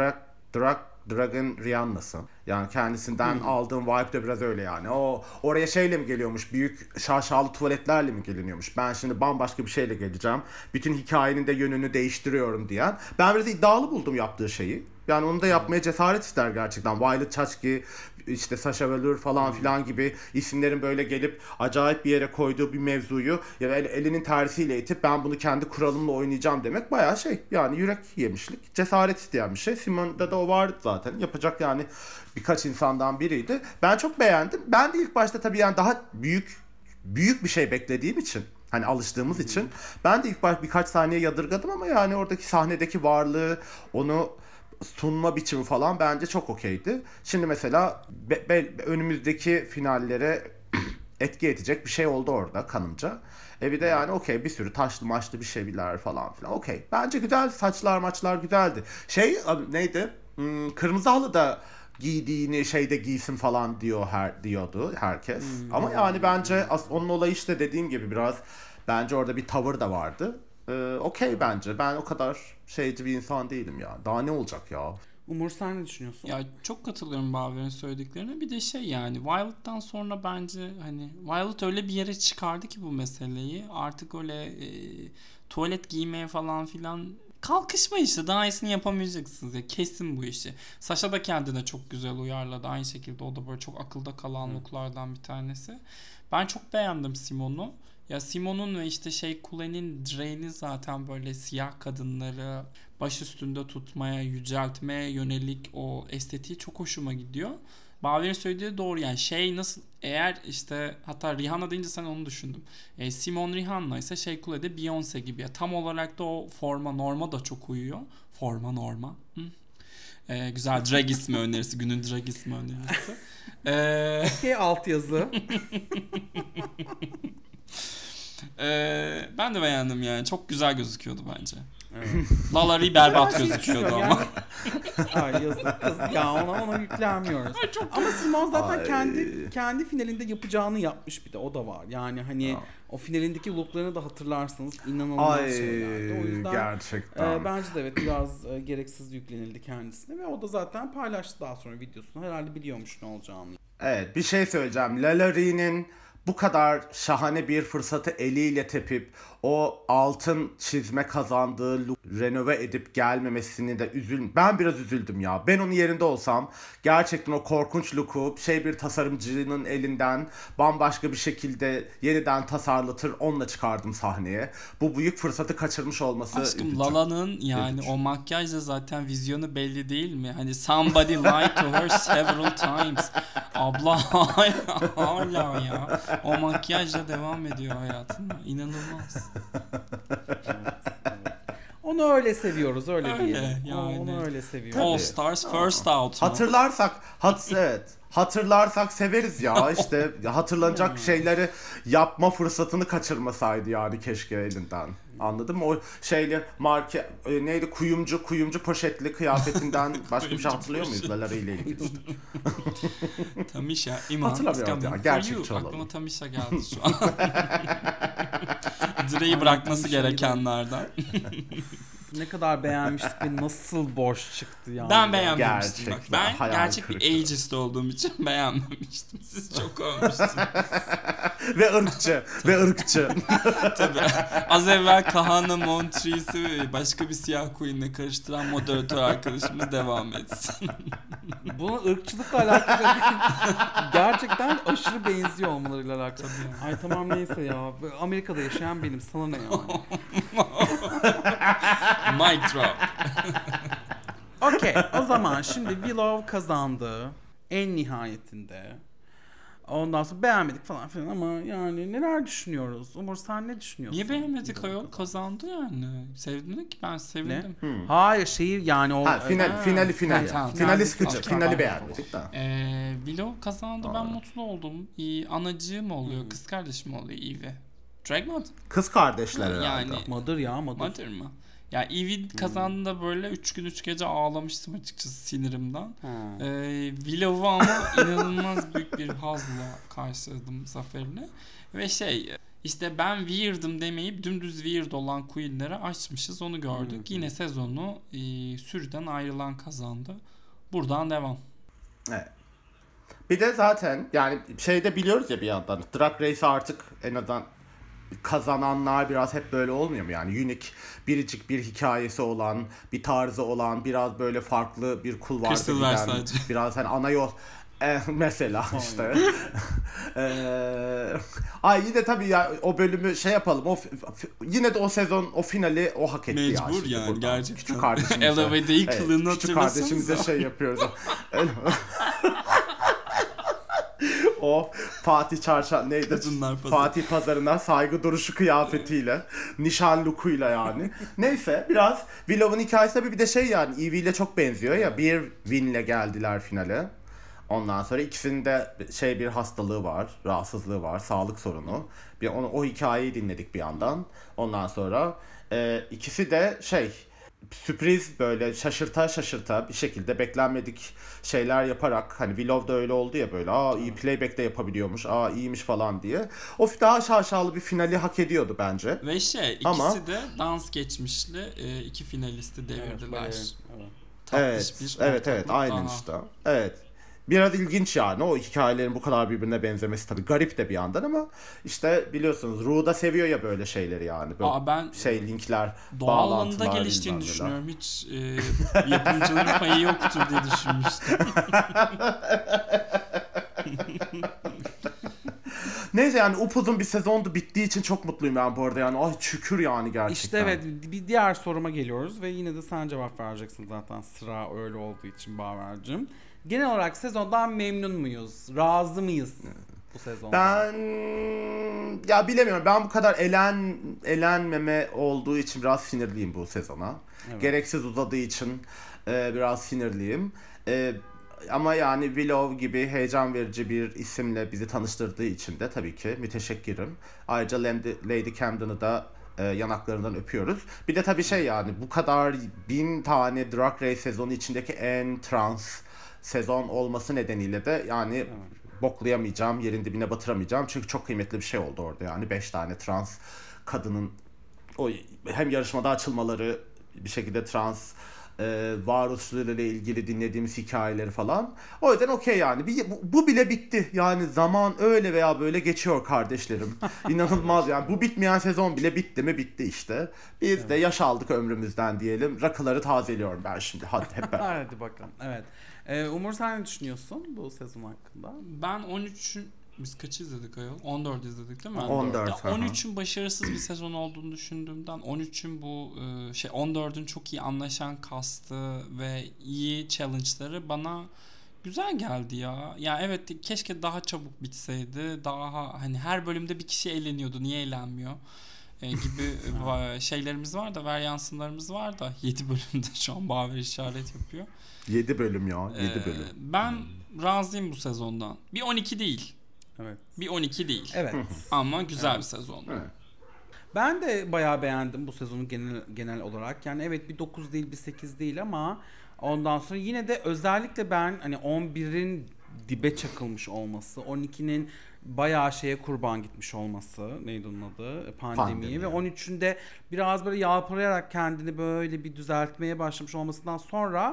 Dragon Rihanna'sı. Yani kendisinden aldığım vibe de biraz öyle yani. O oraya şeyle mi geliyormuş? Büyük şaşalı tuvaletlerle mi geliniyormuş? Ben şimdi bambaşka bir şeyle geleceğim. Bütün hikayenin de yönünü değiştiriyorum diyen. Ben biraz iddialı buldum yaptığı şeyi. Yani onu da yapmaya cesaret ister gerçekten. Violet Chachki, işte Sasha Velour falan filan gibi isimlerin böyle gelip acayip bir yere koyduğu bir mevzuyu ya elinin tersiyle itip ben bunu kendi kuralımla oynayacağım demek bayağı yani yürek yemişlik, cesaret isteyen bir şey. Simon'da da o vardı zaten. Yapacak yani birkaç insandan biriydi. Ben çok beğendim. Ben de ilk başta tabii yani daha büyük bir şey beklediğim için, hani alıştığımız için ben de ilk baş birkaç saniye yadırgadım ama yani oradaki sahnedeki varlığı, onu sunma biçimi falan bence çok okeydi. Şimdi mesela önümüzdeki finallere etki edecek bir şey oldu orada kanımca. Bir de yani okey, bir sürü taşlı maçlı bir şeyler falan filan. Okey. Bence güzel, maçlar güzeldi. Neydi? Kırmızı halı da giydiğini giysin falan diyordu herkes. Ama yani bence onun olayı işte dediğim gibi biraz bence orada bir tavır da vardı. Okey bence. Ben o kadar şeyci bir insan değilim ya. Daha ne olacak ya? Umur, sen ne düşünüyorsun? Ya çok katılıyorum Baver'in söylediklerine. Bir de yani Violet'tan sonra bence hani Violet öyle bir yere çıkardı ki bu meseleyi. Artık öyle tuvalet giymeye falan filan kalkışma işte. Daha iyisini yapamayacaksınız ya. Kesin bu işi. Sasha da kendine çok güzel uyarladı. Aynı şekilde o da böyle çok akılda kalan looklardan bir tanesi. Ben çok beğendim Simon'u. Ya Simon'un ve işte Couleé'nin Drake'nin zaten böyle siyah kadınları baş üstünde tutmaya, yüceltmeye yönelik o estetiği çok hoşuma gidiyor. Baver'in söylediği doğru yani nasıl eğer işte hatta Rihanna deyince sen onu düşündüm. Simon Rihanna ise Couleé de Beyoncé gibi. Ya, tam olarak da o norma da çok uyuyor. Norma. Güzel drag ismi önerisi. Günün drag ismi önerisi. Okey, altyazı. Ben de beğendim yani. Çok güzel gözüküyordu bence. Evet. Lalari berbat gözüküyordu ama. Ay yazık kız ya, ona yüklenmiyoruz. Ama Simon zaten kendi finalinde yapacağını yapmış, bir de o da var. Yani hani o finalindeki looklarını da hatırlarsanız inanılmaz şeylerdi. O yüzden gerçekten. bence de evet biraz gereksiz yüklenildi kendisine ve o da zaten paylaştı daha sonra videosunu. Herhalde biliyormuş ne olacağını. Evet, bir şey söyleyeceğim. Lalari'nin bu kadar şahane bir fırsatı eliyle tepip o altın çizme kazandığı look renove edip gelmemesini de ben biraz üzüldüm ya. Ben onun yerinde olsam gerçekten o korkunç look'u bir tasarımcının elinden bambaşka bir şekilde yeniden tasarlatır, onunla çıkardım sahneye. Bu büyük fırsatı kaçırmış olması Aşkım üzücü. Lala'nın yani o makyajla zaten vizyonu belli değil mi? Hani somebody lied to her several times. Abla hala ya. O makyajla devam ediyor hayatına. İnanılmaz. Onu öyle seviyoruz, öyle diyelim. Yani. Onu öyle seviyoruz. All Stars First Out mu? Hatırlarsak severiz ya. İşte hatırlanacak şeyleri yapma fırsatını kaçırmasaydı yani keşke elinden. Anladın mı? O neydi, kuyumcu poşetli kıyafetinden başka bir şey hatırlıyor muyuz Lalari ile ilgili? Tamisha, Iman, hatırlamıyorum ya, gerçekçi olalım. Aklıma Tamisha geldi şu an. Direği bırakması gerekenlerden. Ne kadar beğenmiştik ve nasıl boş çıktı yani. Ben beğenmemiştim. Bak, ben gerçek bir ageist olduğum için beğenmemiştim. Siz çok övmüştünüz. ve ırkçı. Tabii. Az evvel Kahana Montreux'u başka bir siyah queen'le karıştıran moderatör arkadaşımız devam etsin. Bunun ırkçılıkla alakalı gerçekten aşırı benziyor olmalarıyla alakalı. Ay tamam neyse ya. Amerika'da yaşayan benim. Sana ne yani? Mic drop. Okey, o zaman şimdi Willow kazandı en nihayetinde. Ondan sonra beğenmedik falan filan ama yani neler düşünüyoruz? Umur sen ne düşünüyorsun? Niye beğenmedik ayol? Kazandı yani. Sevdin ki ben sevindim. Hayır şeyi yani o... Finali. Tamam. Finali sıkıcı. Okey. Finali beğenmedik de. Willow kazandı. Ben mutlu oldum. Anacığım oluyor. Kız kardeşim oluyor Eve. Drag mı? Kız kardeşler herhalde. Yani Mother ya Mother. Mother mı? Ya Eve kazandığında böyle 3 gün 3 gece ağlamıştım açıkçası sinirimden. Willow'u ama inanılmaz büyük bir hazla karşıladım zaferini. Ve işte ben weird'ım demeyip dümdüz weird olan queen'leri açmışız, onu gördük. Yine sezonu sürüden ayrılan kazandı. Buradan devam. Evet. Bir de zaten yani şeyde biliyoruz ya bir yandan Drag Race artık en azından kazananlar biraz hep böyle olmuyor mu yani unik biricik bir hikayesi olan, bir tarzı olan, biraz böyle farklı bir kulvarda giden, biraz hani ana yol mesela işte. Ay yine tabii ya o bölümü yapalım. Yine de o sezon o finali o hak etti ya. Mecbur yani buradan. gerçekten. Küçük kardeşimize. Elevade'yi kılığını küçük kardeşimize yapıyoruz. O Fatih Çarşaf neydi? Fatih Pazarı'na saygı duruşu kıyafetiyle, nişan lookuyla yani. Neyse biraz Willow'un hikayesi bir de yani Evie ile çok benziyor ya. Bir win'le geldiler finale. Ondan sonra ikisinde bir hastalığı var, rahatsızlığı var, sağlık sorunu. O hikayeyi dinledik bir yandan. Ondan sonra ikisi de sürpriz böyle şaşırta bir şekilde beklenmedik şeyler yaparak hani Willow da öyle oldu ya böyle iyi playback de yapabiliyormuş iyiymiş falan diye. O daha şaşalı bir finali hak ediyordu bence. Ve ikisi de dans geçmişli iki finalisti devirdiler. Evet aynen işte. Evet. Biraz ilginç yani o hikayelerin bu kadar birbirine benzemesi tabii garip de bir yandan ama işte biliyorsunuz Ru da seviyor ya böyle şeyleri yani. Böyle ben linkler, doğal bağlantılar. Doğal geliştiğini düşünüyorum. Hiç yapımcıların payı yoktur diye düşünmüştüm. Neyse yani upuzun bir sezondu bittiği için çok mutluyum ben bu arada yani. Ay şükür yani gerçekten. İşte evet bir diğer soruma geliyoruz ve yine de sen cevap vereceksin zaten sıra öyle olduğu için Baver'cim. Genel olarak sezondan memnun muyuz? Razı mıyız bu sezondan? Ben ya bilemiyorum. Ben bu kadar elenmeme olduğu için biraz sinirliyim bu sezona. Evet. Gereksiz uzadığı için biraz sinirliyim. Ama yani Willow gibi heyecan verici bir isimle bizi tanıştırdığı için de tabii ki müteşekkirim. Ayrıca Lady Camden'ı da yanaklarından öpüyoruz. Bir de tabii yani bu kadar 1000 tane Drag Race sezonu içindeki en trans sezon olması nedeniyle de yani boklayamayacağım, yerin dibine batıramayacağım. Çünkü çok kıymetli bir şey oldu orada yani. 5 tane trans kadının o hem yarışmada açılmaları, bir şekilde trans varoluşlarıyla ilgili dinlediğimiz hikayeleri falan. O yüzden okey yani. Bu bile bitti. Yani zaman öyle veya böyle geçiyor kardeşlerim. İnanılmaz yani. Bu bitmeyen sezon bile bitti mi bitti işte. Biz de yaş aldık ömrümüzden diyelim. Rakıları tazeliyorum ben şimdi. Hadi hep beraber. Hadi bakalım. Evet. Umur sen ne düşünüyorsun bu sezon hakkında? Ben 13'ün biz kaçı izledik ayol? 14 izledik değil mi? 14. 13'ün başarısız bir sezon olduğunu düşündüğümden 13'ün bu 14'ün çok iyi anlaşan kastı ve iyi challenge'ları bana güzel geldi ya. Ya evet keşke daha çabuk bitseydi. Daha hani her bölümde bir kişi eğleniyordu. Niye eğlenmiyor? Gibi şeylerimiz var da varyansınlarımız var da 7 bölümde şu an Baver işaret yapıyor. 7 bölüm ya. 7 bölüm. Ben razıyım bu sezondan. Bir 12 değil. Evet. Bir 12 değil. Evet. Ama güzel bir sezon. Evet. Ben de bayağı beğendim bu sezonu genel olarak. Yani evet bir 9 değil bir 8 değil ama ondan sonra yine de özellikle ben hani 11'in dibe çakılmış olması, 12'nin bayağı kurban gitmiş olması, neydi onun adı? Pandemiye ve 13'ün de biraz böyle yalpalayarak kendini böyle bir düzeltmeye başlamış olmasından sonra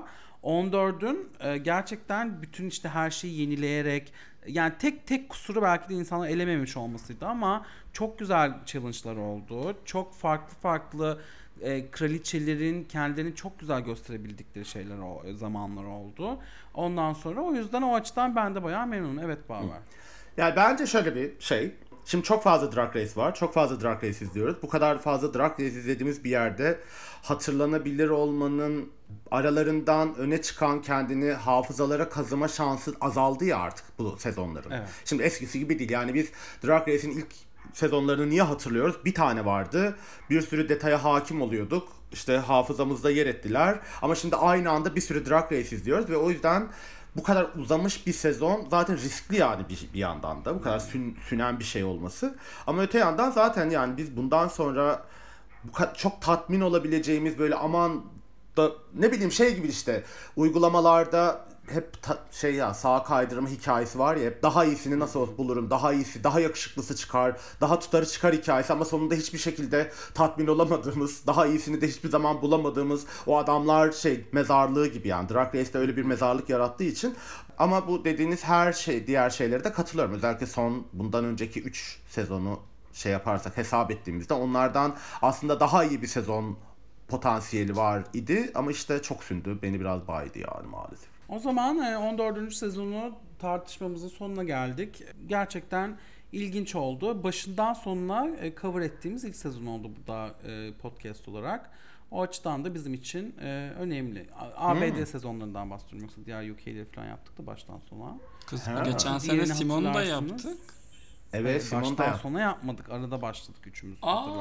14'ün gerçekten bütün işte her şeyi yenileyerek yani tek kusuru belki de insanlar elememiş olmasıydı ama çok güzel challenge'lar oldu. Çok farklı kraliçelerin kendilerini çok güzel gösterebildikleri zamanlar oldu. Ondan sonra o yüzden o açıdan ben de bayağı memnunum. Evet Baver. Yani bence şöyle bir Şimdi çok fazla Drag Race var. Çok fazla Drag Race izliyoruz. Bu kadar fazla Drag Race izlediğimiz bir yerde hatırlanabilir olmanın aralarından öne çıkan kendini hafızalara kazıma şansı azaldı ya artık bu sezonların. Evet. Şimdi eskisi gibi değil. Yani biz Drag Race'in ilk sezonlarını niye hatırlıyoruz? Bir tane vardı. Bir sürü detaya hakim oluyorduk. İşte hafızamızda yer ettiler. Ama şimdi aynı anda bir sürü Drag Race izliyoruz ve o yüzden bu kadar uzamış bir sezon zaten riskli yani bir yandan da. Bu kadar sünen bir şey olması. Ama öte yandan zaten yani biz bundan sonra çok tatmin olabileceğimiz böyle aman da ne bileyim şey gibi işte uygulamalarda hep sağ kaydırma hikayesi var ya, hep daha iyisini nasıl bulurum, daha iyisi, daha yakışıklısı çıkar, daha tutarı çıkar hikayesi ama sonunda hiçbir şekilde tatmin olamadığımız, daha iyisini de hiçbir zaman bulamadığımız o adamlar mezarlığı gibi yani. Drag Race'de öyle bir mezarlık yarattığı için. Ama bu dediğiniz diğer şeylere de katılıyorum. Özellikle bundan önceki 3 sezonu yaparsak, hesap ettiğimizde onlardan aslında daha iyi bir sezon potansiyeli var idi ama işte çok sündü. Beni biraz baydı yani maalesef. O zaman 14. sezonu tartışmamızın sonuna geldik. Gerçekten ilginç oldu. Başından sonuna cover ettiğimiz ilk sezon oldu bu da podcast olarak. O açıdan da bizim için önemli. ABD sezonlarından bahsediyorum. Yoksa diğer UK'leri falan yaptık da baştan sona. Kız geçen sene Simon'u da yaptık. Evet, baştan sona yapmadık. Arada başladık üçümüz.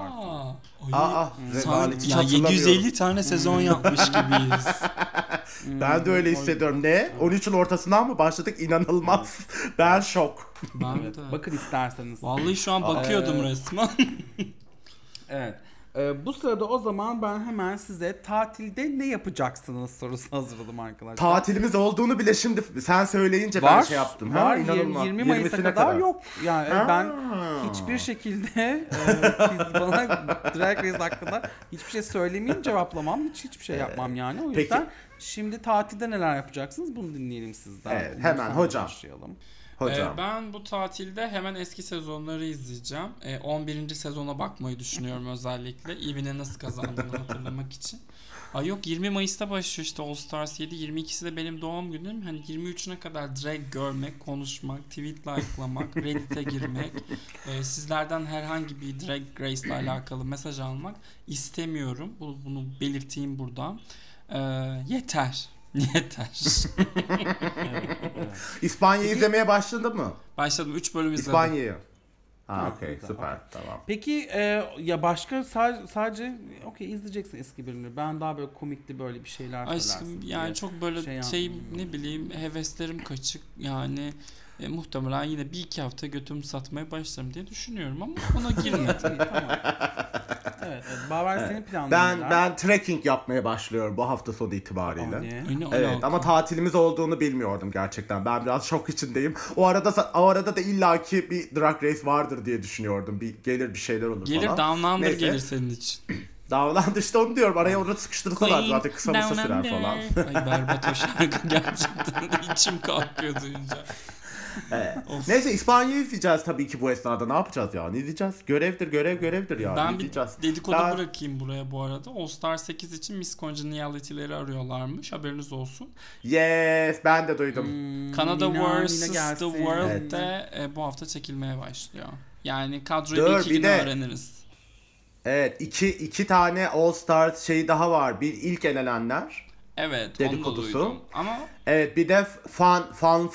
Ya 750 tane sezon yapmış gibiyiz. Ben de öyle hissediyorum. Ne? 13'ün ortasından mı başladık? İnanılmaz. Ben şok. Evet, bakın isterseniz. Vallahi şu an bakıyordum resmen. Evet. Bu sırada o zaman ben hemen size tatilde ne yapacaksınız sorusu hazırladım arkadaşlar. Tatilimiz olduğunu bile şimdi sen söyleyince var, ben şey yaptım. Var. İnanılmaz. 20 Mayıs'a kadar yok. Yani ben hiçbir şekilde bana Drag Race hakkında hiçbir şey söylemeyeyim, cevaplamam. Hiçbir şey yapmam yani. O yüzden şimdi tatilde neler yapacaksınız bunu dinleyelim sizden. Evet, hemen hocam. Başlayalım. Ben bu tatilde hemen eski sezonları izleyeceğim. 11. sezona bakmayı düşünüyorum özellikle. Eve'nin nasıl kazandığını hatırlamak için. Ay yok 20 Mayıs'ta başlıyor işte All Stars 7. 22'si de benim doğum günüm. Hani 23'üne kadar drag görmek, konuşmak, tweet like'lamak, Reddit'e girmek, sizlerden herhangi bir Drag Race ile alakalı mesaj almak istemiyorum. Bunu belirteyim buradan. Yeter. Yeter. Evet. İspanya'yı izlemeye başladın mı? Başladım. 3 bölüm izledim. İspanya'yı. Okey, güzel. süper, tamam. Peki ya başka sadece izleyeceksin eski bölümleri. Ben daha böyle komikli böyle bir şeyler Aşkım söylersin yani diye çok böyle ne bileyim heveslerim kaçık yani muhtemelen yine bir iki hafta götümü satmaya başlarım diye düşünüyorum ama ona girmedim. Tamam. Evet, Baver senin planların neler? Ben trekking yapmaya başlıyorum bu hafta sonu itibariyle. Evet ama tatilimiz olduğunu bilmiyordum gerçekten. Ben biraz şok içindeyim. O arada da illaki bir Drag Race vardır diye düşünüyordum. Bir şeyler olur gelir, falan. Down Under gelir senin için. Down Under işte onu diyorum. Araya onu sıkıştırsalar zaten kısa sürer falan. Ay berbat o şarkı gerçekten içim kalkıyor duyunca. Evet. Neyse İspanya'yı izleyeceğiz tabii ki bu esnada. Ne yapacağız yani? İzleyeceğiz. Görevdir yani. Ben bir dedikodu bırakayım buraya bu arada. All Star 8 için Miss Congeniality'leri arıyorlarmış. Haberiniz olsun. Yes, ben de duydum. Canada vs. The World'de bu hafta çekilmeye başlıyor. Yani kadroyu bir gün öğreniriz. Evet, iki tane All Stars daha var. Bir ilk elenenler. Evet, dedikodusu. Onu da duydum. Ama evet, bir de fan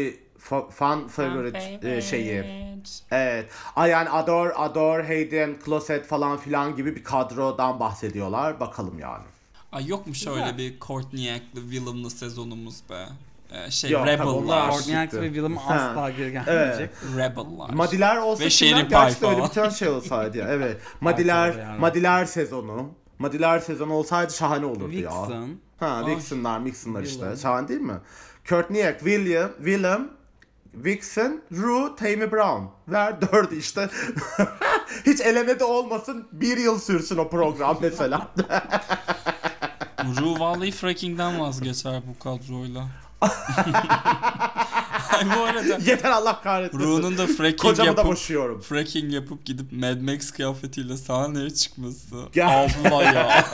favorite şeyi. Evet. Yani Adore, Hayden, Closet falan filan gibi bir kadrodan bahsediyorlar. Bakalım yani. Ay yok mu şöyle bir Courtney-Ack'lı, Willam'lı sezonumuz be? Yok, Rebel'lar. Courtney-Ack ve Willam asla geri gelmeyecek. Evet. Rebel'lar. Madiler olsa gerçekten öyle bir tane olsaydı ya. Evet. Madiler sezonu. Madiler sezonu olsaydı şahane olurdu Vixen. ya. Vixen'lar işte. Şahane değil mi? Courtney-Ack, Willam, Vixen, Rue, Tammy Brown. Ver 4 işte. Hiç elemede olmasın. 1 yıl sürsün o program mesela. Rue vallahi fracking'den vazgeçer bu kadroyla. Ay bu arada. Yeter Allah kahretmesin. Rue'nun da fracking yapıp gidip Mad Max kıyafetiyle sahneye çıkması. Abla ya.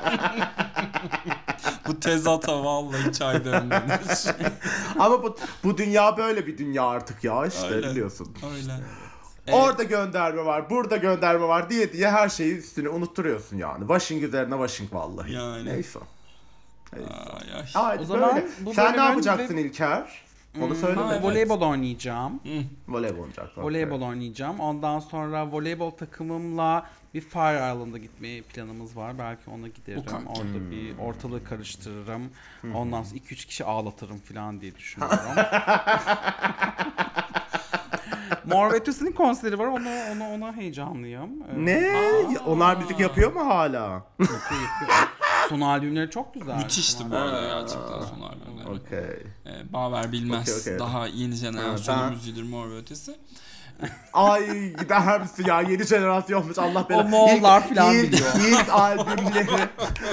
Bu tezata vallahi çay demlenir. Ama bu dünya böyle bir dünya artık ya işte öyle, biliyorsun. Öyle. Orada gönderme var, burada gönderme var diye her şeyi üstüne unutturuyorsun yani. Washing üzerine washing vallahi. Yani. Neyse. Ay. Haydi O zaman böyle. bu Sen ne bölümün yapacaksın İlker? Onu söyle de. evet. Voleybol oynayacağım. Voleybol oynayacak. Voleybol oynayacağım. Ondan sonra voleybol takımımla bir Fire Island'a gitmeyi planımız var. Belki ona giderim. Bu kadar. Orada bir ortalığı karıştırırım. Ondan sonra 2-3 kişi ağlatırım falan diye düşünüyorum. Mor ve Ötesi'nin konseri var. Ona heyecanlıyım. Ne? Onlar müzik yapıyor mu hala? Yapıyor. Son albümleri çok güzel. Müthişti bu arada gerçekten son albümleri. Okey. Baver bilmez. Okey. Daha yeni jenerasyonun Ben- müziğidir Mor ve Ötesi. Ay gider misin ya? Yeni jenerasyonmuş Allah belanı. O Moğollar falan biliyor. İlk albümleri.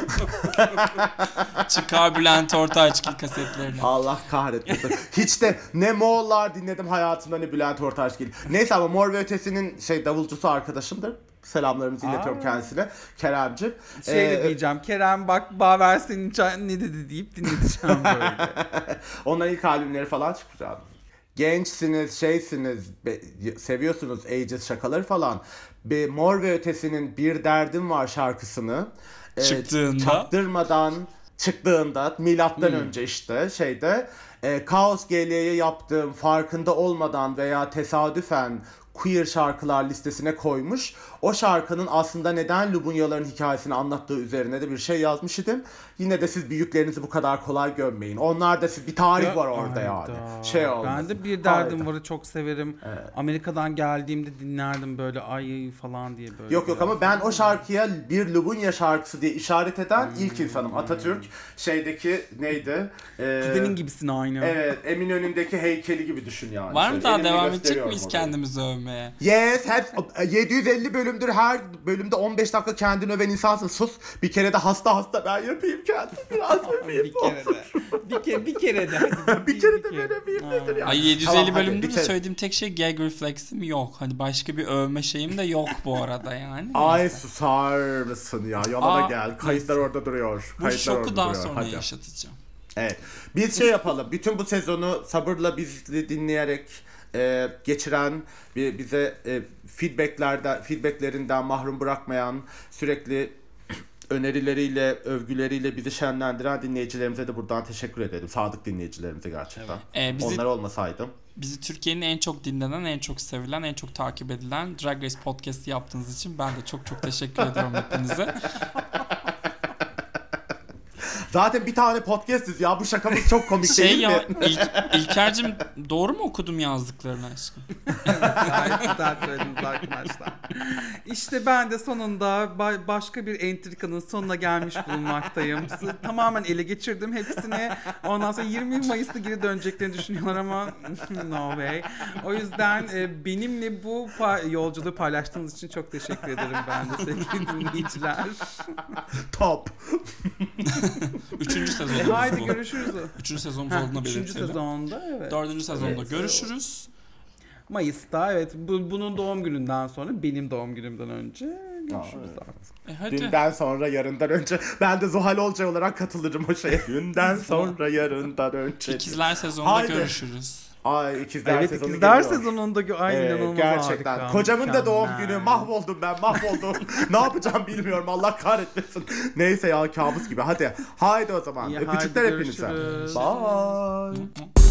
Çıkar Bülent Ortaçgil kasetlerini. Allah kahretmesin. Hiç de ne Moğollar dinledim hayatımda ne Bülent Ortaçgil. Neyse ama Mor ve Ötesi'nin davulcusu arkadaşımdır. Selamlarımızı iletiyorum kendisine. Kerem'cim. De diyeceğim. Kerem bak Baver senin ne dedi deyip dinleteceğim böyle. Onların ilk albümleri falan çıkmış abi. Gençsiniz, seviyorsunuz Ages şakaları falan. Bir Mor ve Ötesi'nin Bir Derdim Var şarkısını Çıktığında. çaktırmadan çıktığında milattan önce Kaos GL'ye yaptığım farkında olmadan veya tesadüfen queer şarkılar listesine koymuş. O şarkının aslında neden Lubunyaların hikayesini anlattığı üzerine de bir şey yazmış idim. Yine de siz büyüklerinizi bu kadar kolay gömmeyin. Onlar da bir tarih var orada yani. Olmasın. Ben de Bir Derdim Var'ı çok severim. Evet. Amerika'dan geldiğimde dinlerdim böyle ay falan diye böyle. Yok ama ben o şarkıya bir Lubunya şarkısı diye işaret eden ilk insanım. Atatürk neydi? Kuzenin gibisin aynı. Evet, Eminönü'ndeki heykeli gibi düşün yani. Var mı daha Elimle devam edecek gösteriyorum miyiz orayı. kendimizi övmeye? Yes, hep 750 bölümdür her bölümde 15 dakika kendini öven insansın. Sus. Bir kere de hasta ben yapayım kendimi biraz öveyim. bir kere de. Hadi, Bir kere de ben öveyim nedir ya? Ay 750 Tamam, hadi, bölümde bir de kere. söylediğim tek şey gag reflex'im yok. Hani başka bir övme şeyim de yok bu arada yani. Ay susar mısın ya? Yalana Aa, gel. Kayıtlar orada duruyor. Bu Kayıtlar şoku orada daha duruyor. sonra Hadi. yaşatacağım. Evet. Biz yapalım. Bütün bu sezonu sabırla bizi dinleyerek geçiren, bize feedbacklerinden mahrum bırakmayan, sürekli önerileriyle, övgüleriyle bizi şenlendiren dinleyicilerimize de buradan teşekkür ederim. Sadık dinleyicilerimize gerçekten. Onlar olmasaydım. Bizi Türkiye'nin en çok dinlenen, en çok sevilen, en çok takip edilen Drag Race Podcast'ı yaptığınız için ben de çok teşekkür ediyorum hepinize. Zaten bir tane podcast'iz ya. Bu şakamız çok komik değil mi? İlker'cim doğru mu okudum yazdıklarını aşkım? Gayet güzel söylediniz arkadaşlar. İşte ben de sonunda başka bir entrikanın sonuna gelmiş bulunmaktayım. Tamamen ele geçirdim hepsini. Ondan sonra 20 Mayıs'ta geri döneceklerini düşünüyorlar ama no way. O yüzden benimle bu yolculuğu paylaştığınız için çok teşekkür ederim ben de sevgili dinleyiciler. Top. 3. sezonumuz Haydi bu. görüşürüz. 3. sezonumuz olduğunu 3. belirtelim. sezonda evet. 4. sezonda Evet. görüşürüz. Mayıs'ta evet. Bunun doğum gününden sonra benim doğum günümden önce görüşürüz artık. Hadi. Dünden sonra yarından önce. Ben de Zuhal Olcay olarak katılırım o şeye. Dünden sonra yarından önce. İkizler sezonunda Haydi. görüşürüz. Ay ikizler Evet sezonu ikizler geliyor. sezonunda aynı inanılmaz gerçekten. harika. Kocamın da doğum mükemmel. günü. Mahvoldum. Ne yapacağım bilmiyorum. Allah kahretmesin. Neyse ya kabus gibi. Haydi o zaman. İyi, Öpücükler haydi hepinize. görüşürüz. Bye.